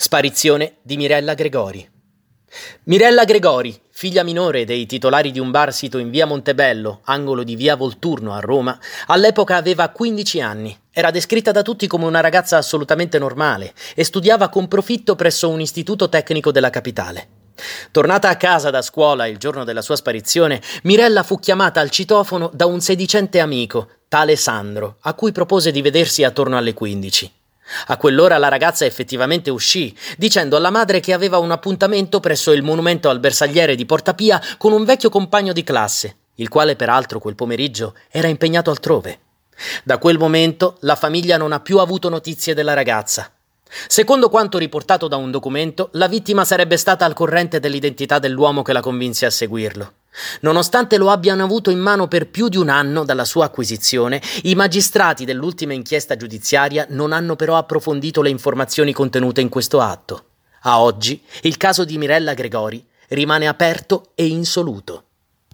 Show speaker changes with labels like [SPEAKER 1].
[SPEAKER 1] Sparizione di Mirella Gregori. Mirella Gregori, figlia minore dei titolari di un bar sito in via Montebello, angolo di via Volturno a Roma, all'epoca aveva 15 anni. Era descritta da tutti come una ragazza assolutamente normale e studiava con profitto presso un istituto tecnico della capitale. Tornata a casa da scuola il giorno della sua sparizione, Mirella fu chiamata al citofono da un sedicente amico, tale Sandro, a cui propose di vedersi attorno alle 15. A quell'ora la ragazza effettivamente uscì, dicendo alla madre che aveva un appuntamento presso il monumento al Bersagliere di Porta Pia con un vecchio compagno di classe, il quale peraltro quel pomeriggio era impegnato altrove. Da quel momento la famiglia non ha più avuto notizie della ragazza. Secondo quanto riportato da un documento, la vittima sarebbe stata al corrente dell'identità dell'uomo che la convinse a seguirlo. Nonostante lo abbiano avuto in mano per più di un anno dalla sua acquisizione, i magistrati dell'ultima inchiesta giudiziaria non hanno però approfondito le informazioni contenute in questo atto. A oggi, il caso di Mirella Gregori rimane aperto e insoluto.